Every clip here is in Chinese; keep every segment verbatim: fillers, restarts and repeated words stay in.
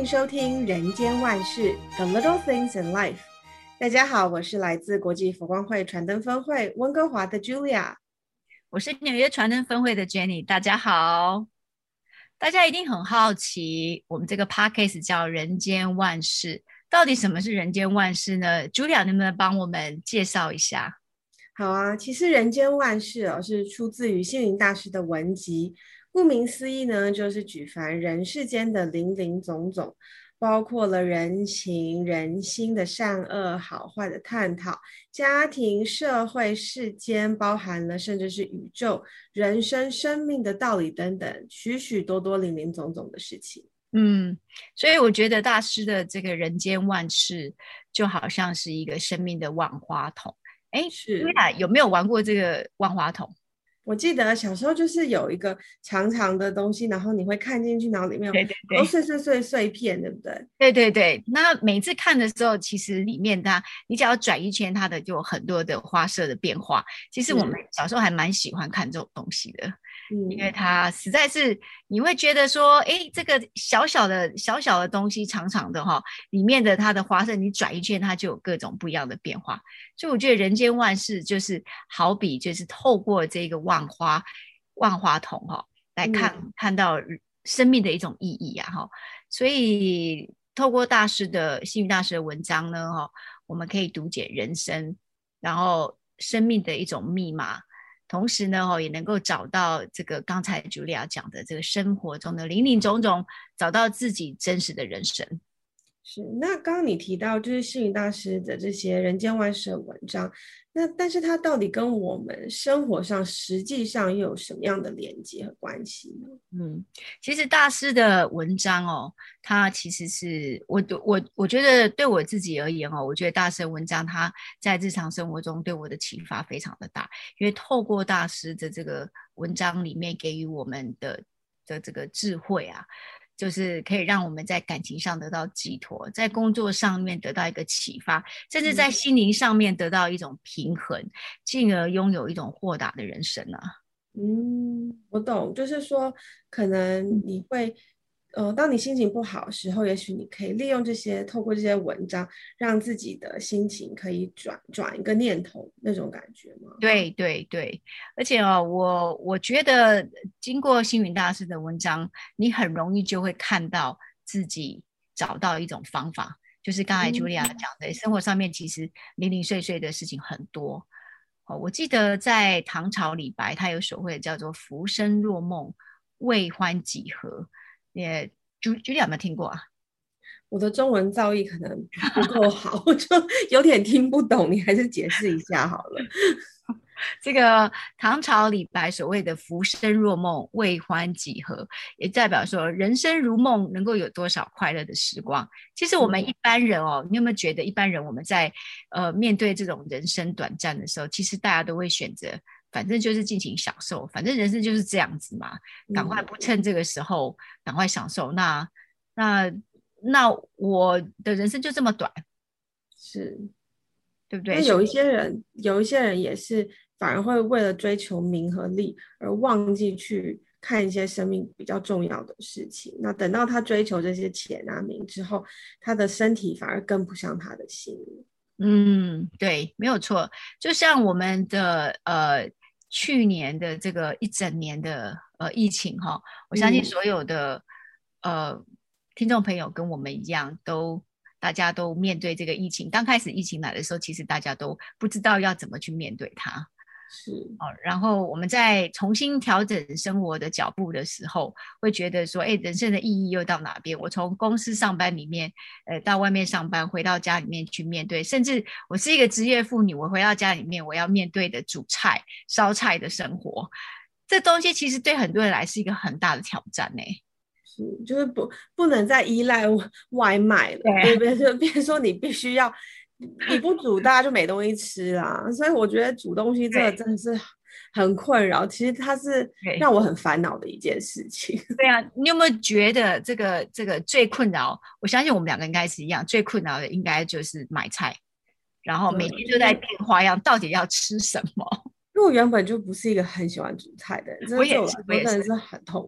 收听人间万事 The Little Things in Life。 大家好，我是来自国际佛光会传灯分会温哥华的 Julia。 我是纽约传灯分会的 Jenny， 大家好。大家一定很好奇，我们这个 podcast 叫人间万事，到底什么是人间万事呢？ Julia 能不能帮我们介绍一下？ 好啊，其实人间万事哦是出自于星云大师的文集，顾名思义呢，就是举凡人世间的林林总总，包括了人情人心的善恶好坏的探讨，家庭社会世间，包含了甚至是宇宙人生生命的道理等等，许许多多林林总总的事情。 嗯，所以我觉得大师的这个人间万事就好像是一个生命的万花筒。哎是， ，Julia 有没有玩过这个万花筒？ 我记得小时候就是有一个长长的东西，然后你会看进去，然后里面有对对对。 好多碎碎碎碎片，对不对？ 对对对，那每次看的时候，其实里面它，你只要转一圈，它的就有很多的花色的变化。其实我们是， 小时候还蛮喜欢看这种东西的，因为嗯。 它实在是你会觉得说，诶，这个小小的小小的东西，长长的哈，里面的它的花色，你转一圈，它就有各种不一样的变化。所以我觉得人间万事就是好比就是透过这个万花万花筒哈，来看嗯， 看到生命的一种意义啊哈。所以透过大师的星云大师的文章呢，哈，我们可以读解人生，然后生命的一种密码，同时呢，哈，也能够找到这个刚才 Julia 讲的这个生活中的林林总总，找到自己真实的人生。 是。那刚刚你提到就是星云大师的这些人间万事的文章，那但是它到底跟我们生活上实际上又有什么样的连接和关系呢？ 嗯，其实大师的文章哦，他其实是我我我觉得对我自己而言哦，我觉得大师的文章他在日常生活中对我的启发非常的大，因为透过大师的这个文章里面给予我们的的这个智慧啊，就是可以让我们在感情上得到寄托，在工作上面得到一个启发，甚至在嗯心灵上面得到一种平衡，进而拥有一种豁达的人生啊。 嗯，我懂，就是说可能你会，呃，当你心情不好的时候，也许你可以利用这些，透过这些文章，让自己的心情可以转转一个念头，那种感觉吗？ 对对对，而且哦，我我觉得经过星云大师的文章，你很容易就会看到自己找到一种方法，就是刚才 Julia 嗯。 讲的，生活上面其实零零碎碎的事情很多。哦，我记得在唐朝李白，他有首会叫做"浮生若梦，为欢几何"，也 Julia 有没有听过啊？ 我的中文造诣可能不够好，我就有点听不懂，你还是解释一下好了。 这个唐朝李白所谓的“浮生若梦，为欢几何"，也代表说人生如梦，能够有多少快乐的时光。其实我们嗯一般人哦，你有没有觉得一般人我们在呃面对这种人生短暂的时候，其实大家都会选择，反正就是尽情享受，反正人生就是这样子嘛，赶快嗯， 不趁这个时候赶快享受。那那那我的人生就这么短， 是。 对不对？所以那有一些人，有一些人也是反而会为了追求名和利而忘记去看一些生命比较重要的事情。那等到他追求这些钱啊名之后，他的身体反而跟不上他的心。 嗯，对，没有错。就像我们的呃去年的这个一整年的呃疫情哈，我相信嗯， 所有的呃听众朋友跟我们一样，都大家都面对这个疫情。刚开始疫情来的时候，其实大家都不知道要怎么去面对它。 是。 哦，然后我们在重新调整生活的脚步的时候，会觉得说，哎，人生的意义又到哪边？我从公司上班里面，呃，到外面上班，回到家里面去面对，甚至我是一个职业妇女，我回到家里面，我要面对的煮菜、烧菜的生活，这东西其实对很多人来是一个很大的挑战呢。 是，就是不不能再依赖外卖了，就是对变成变成说你必须要，你不煮大家就没东西吃啦。所以我觉得煮东西这个对真的是很困扰，其实它是对让我很烦恼的一件事情。 对啊，你有没有觉得这个这个最困扰？我相信我们两个应该是一样，最困扰的应该就是买菜，然后每对， 天就在就是变花样，到底要吃什么？ 因为我原本就不是一个很喜欢煮菜的人，真的对我来我也是，我也是。 说真的是很痛苦。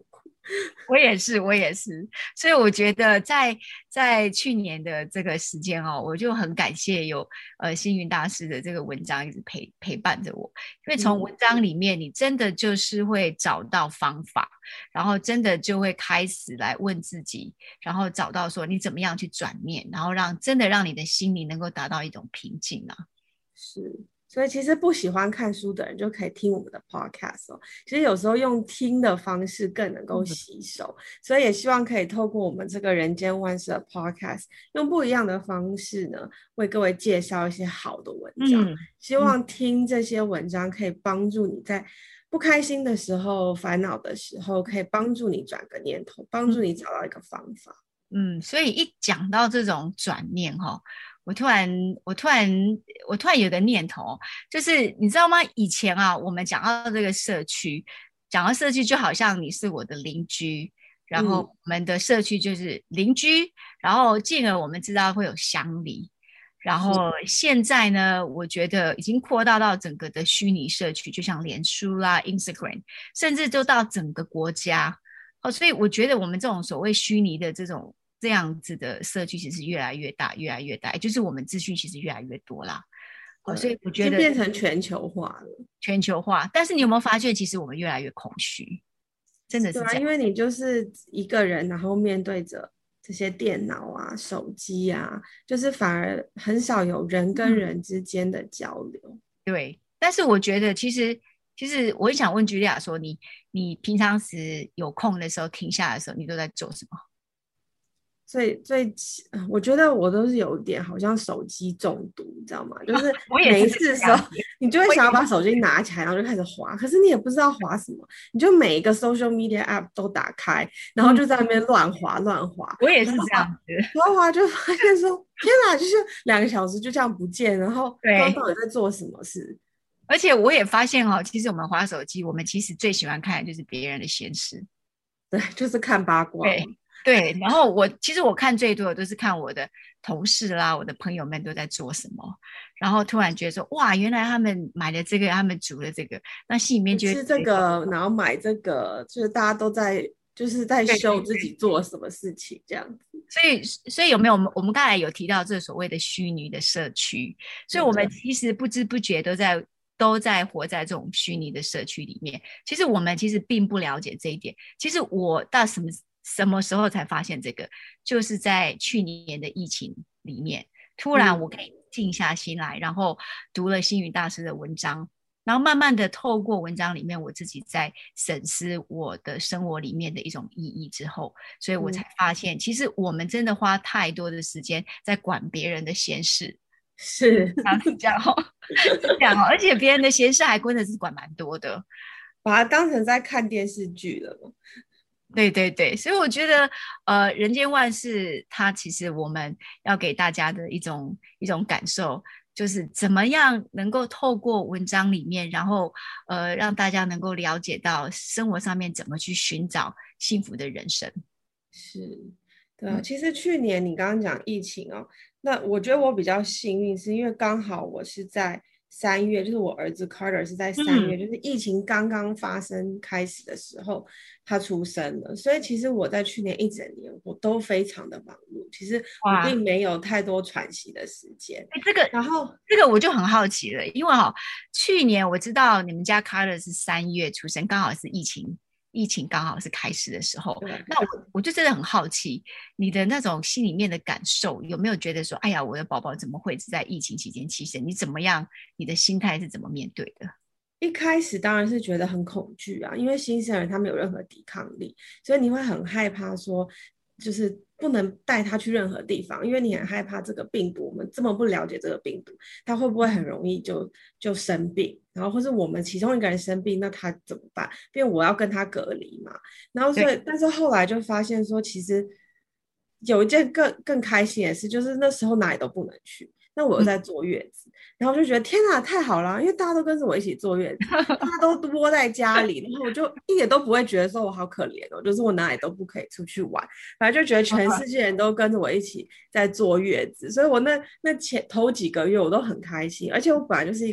我也是，我也是，所以我觉得在在去年的这个时间哦，我就很感谢有呃星云大师的这个文章一直陪陪伴着我，因为从嗯， 文章里面，你真的就是会找到方法，然后真的就会开始来问自己，然后找到说你怎么样去转念，然后让真的让你的心里能够达到一种平静啊。 是，所以其实不喜欢看书的人就可以听我们的 podcast 哦。其实有时候用听的方式更能够吸收，所以也希望可以透过我们这个人间万事的 podcast，用不一样的方式呢，为各位介绍一些好的文章。 嗯希望听这些文章可以帮助你在不开心的时候、烦恼的时候，可以帮助你转个念头，帮助嗯你找到一个方法。 嗯，所以一讲到这种转念哈、哦，我突然我突然我突然有个念头，就是你知道吗？以前啊，我们讲到这个社区，讲到社区就好像你是我的邻居，然后嗯， 我们的社区就是邻居，然后进而我们知道会有乡里。然是， 后现在呢，我觉得已经扩大到整个的虚拟社区，就像脸书啦、Instagram，甚至就到整个国家。哦，所以我觉得我们这种所谓虚拟的这种这样子的社区，其实越来越大，越来越大，也就是我们资讯其实越来越多啦。哦，所以对，已我觉得经变成全球化了。 全球化，但是你有没有发现，其实我们越来越空虚，真的对啊， 是这样。 因为你就是一个人，然后面对着这些电脑啊、手机啊，就是反而很少有人跟嗯， 人之间的交流。 对。但是我觉得，其实其实我也想问居莉亚说，你你平常时有空的时候停下来的时候，你都在做什么？ 最最，呃我觉得我都是有点好像手机中毒，你知道吗？就是我也是这每一次的时候， 个样子， 你就会我也想要把手机拿起来，然后就开始滑，可是你也不知道滑什么，你就每一个 social media app 都打开，然后嗯， 就在那边乱滑乱滑， 我也是然后滑， 这样子， 然后滑就发现说，天哪，就是两个小时就这样不见，然后刚刚对。 到底在做什么事？ 而且我也发现哦，其实我们滑手机，我们其实最喜欢看的就是别人的闲事。 对，就是看八卦嘛。 对对，然后我其实我看最多的都是看我的同事啦，我的朋友们都在做什么，然后突然觉得说，哇，原来他们买了这个，他们煮了这个，那心里面就会吃这觉得， 个，然后买这个，就是大家都在，就是在对秀自对对， 己做什么事情这样子。 所以所以有没有我们我们刚才有提到这所谓的虚拟的社区，所以我们是的， 其实不知不觉都在都在活在这种虚拟的社区里面。其实我们其实并不了解这一点。其实我到什么什么时候才发现这个？就是在去年的疫情里面，突然我嗯， 可以静下心来，然后读了星云大师的文章，然后慢慢的透过文章里面我自己在审视我的生活里面的一种意义之后，所以我嗯， 才发现，其实我们真的花太多的时间在管别人的闲事。 是这样是这样哦，是这样哦，而且别人的闲事还真的是管蛮多的。 把它当成在看电视剧了嘛。 对对对，所以我觉得，呃，人间万事，它其实我们要给大家的一种一种感受，就是怎么样能够透过文章里面，然后呃，让大家能够了解到生活上面怎么去寻找幸福的人生。 是，对啊。 嗯其实去年你刚刚讲疫情哦，那我觉得我比较幸运，是因为刚好我是在三月，就是我儿子 Carter 是在三嗯， 月，就是疫情刚刚发生开始的时候他出生了，所以其实我在去年一整年我都非常的忙碌，其实我并哇， 没有太多喘息的时间。 哎，这个然后这个我就很好奇了，因为哈、去年我知道你们家 Carter 是三月出生，刚好是疫情疫情刚好是开始的时候， 对， 那我我就真的很好奇你的那种心里面的感受，有没有觉得说，哎呀，我的宝宝怎么会是在疫情期间牺牲？你怎么样？你的心态是怎么面对的？ 一开始当然是觉得很恐惧啊，因为新生儿他没有任何抵抗力，所以你会很害怕说，就是不能带他去任何地方，因为你很害怕这个病毒，我们这么不了解这个病毒，他会不会很容易就就生病，然后或是我们其中一个人生病，那他怎么办？因为我要跟他隔离嘛，然后所对， 以，但是后来就发现说，其实有一件更更开心的事，就是那时候哪里都不能去，那我又嗯， 在坐月子。然后我就觉得天哪，太好了，因为大家都跟着我一起坐月子，大家都窝在家里，然后我就一点都不会觉得说我好可怜哦，就是我哪里都不可以出去玩，反正就觉得全世界人都跟着我一起在坐月子，所以我那那前头几个月我都很开心，而且我本来就是一个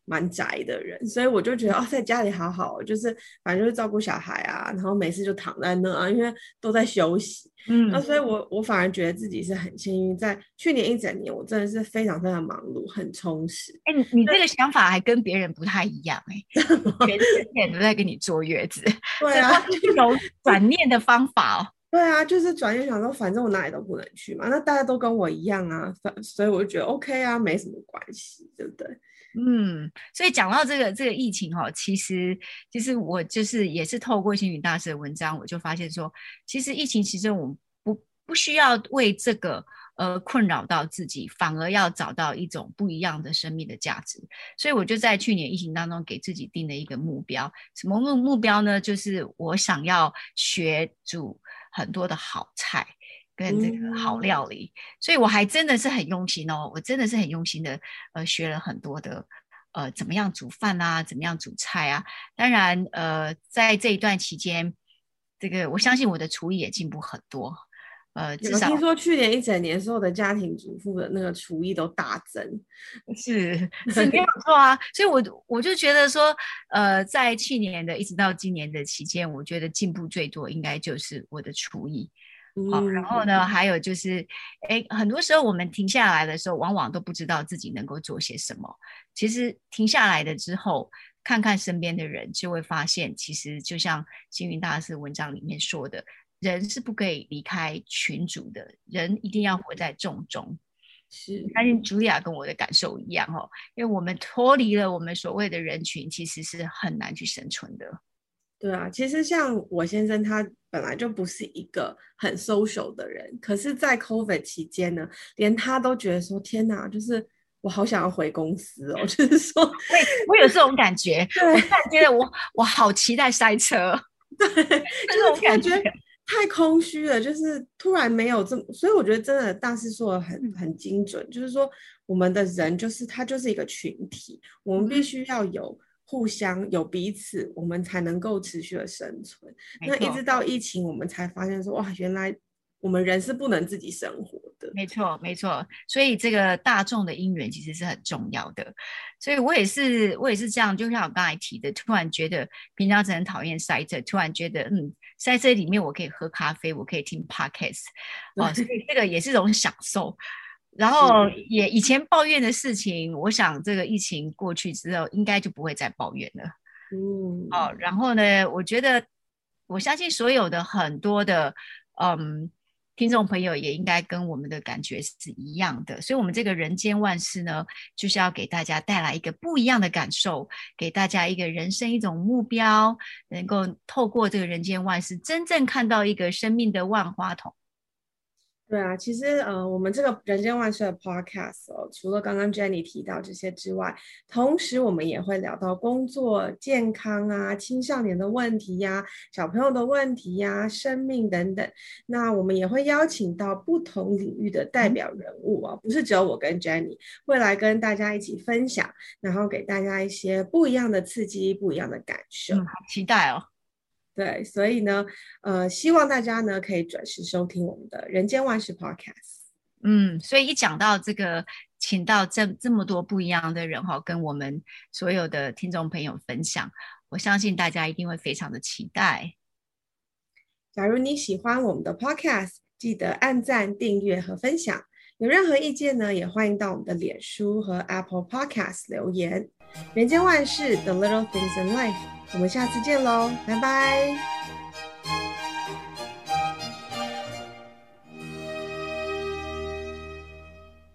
蛮宅的人，所以我就觉得哦，在家里好好，就是反正就是照顾小孩啊，然后没事就躺在那啊，因为都在休息。那嗯， 所以我我反而觉得自己是很幸运，在去年一整年，我真的是非常非常忙碌，很充实。 哎、你你这个想法还跟别人不太一样哎、全世界都在给你坐月子， 对啊， 这都是一种转念的方法哦。 对啊，就是转念想说，反正我哪里都不能去嘛，那大家都跟我一样啊，反所以我就觉得 OK 啊，没什么关系，对不对？ 嗯，所以讲到这个这个疫情哈、哦，其实其实我就是也是透过星云大师的文章，我就发现说，其实疫情其实我们不不需要为这个呃困扰到自己，反而要找到一种不一样的生命的价值。所以我就在去年疫情当中给自己定了一个目标，什么目目标呢？就是我想要学煮很多的好菜。跟这个好嗯， 料理，所以我还真的是很用心哦，我真的是很用心的，呃，学了很多的，呃，怎么样煮饭啊，怎么样煮菜啊。当然，呃，在这一段期间，这个我相信我的厨艺也进步很多，呃，至少有听说去年一整年所有的家庭主妇的那个厨艺都大增， 是是没有对， 错啊。所以我我就觉得说，呃，在去年的一直到今年的期间，我觉得进步最多应该就是我的厨艺。好，然后嗯， 呢，还有就是，哎，很多时候我们停下来的时候，往往都不知道自己能够做些什么。其实停下来了之后，看看身边的人，就会发现，其实就像星云大师文章里面说的，人是不可以离开群组的，人一定要活在众中。我是。 相信茱莉亚跟我的感受一样哦，因为我们脱离了我们所谓的人群，其实是很难去生存的。 对啊，其实像我先生他本来就不是一个很 social 的人，可是，在 COVID 期间呢，连他都觉得说：“天哪，就是我好想要回公司哦。”就是说， 我也我有这种感觉，我突对然觉得我我好期待塞车， 对， 这就是种感觉。 突然觉得太空虚了，就是突然没有这么，所以我觉得真的大师说的很嗯很精准，就是说我们的人就是他就是一个群体，我们必嗯， 须要有。互相有彼此，我们才能够持续的生存。那一直没错。 到疫情，我们才发现说，哇，原来我们人是不能自己生活的。 没错，没错，所以这个大众的因缘其实是很重要的。所以我也是，我也是这样，就像我刚才提的，突然觉得平常只很讨厌塞车，突然觉得，嗯，塞车里面我可以喝咖啡，我可以听 podcast，哦，所以对， 这个也是一种享受。然后是， 也以前抱怨的事情，我想这个疫情过去之后，应该就不会再抱怨了。 嗯， 哦，然后呢，我觉得我相信所有的很多的嗯听众朋友也应该跟我们的感觉是一样的，所以，我们这个人间万事呢，就是要给大家带来一个不一样的感受，给大家一个人生一种目标，能够透过这个人间万事，真正看到一个生命的万花筒。 对啊，其实呃，我们这个人间万事的 podcast 哦，除了刚刚 Jenny 提到这些之外，同时我们也会聊到工作、健康啊、青少年的问题呀、小朋友的问题呀、生命等等。那我们也会邀请到不同领域的代嗯表人物啊，不是只有我跟 Jenny 会来跟大家一起分享，然后给大家一些不一样的刺激、不一样的感嗯， 受。 好期待哦。 对，所以呢，呃，希望大家呢可以准时收听我们的《人间万事》Podcast。 嗯，所以一讲到这个，请到这这么多不一样的人哈、哦，跟我们所有的听众朋友分享，我相信大家一定会非常的期待。 假如你喜欢我们的 Podcast，记得按赞、订阅和分享。有任何意见呢，也欢迎到我们的脸书和 Apple Podcast 留言。人间万事，The Little Things in Life，我们下次见喽，拜拜。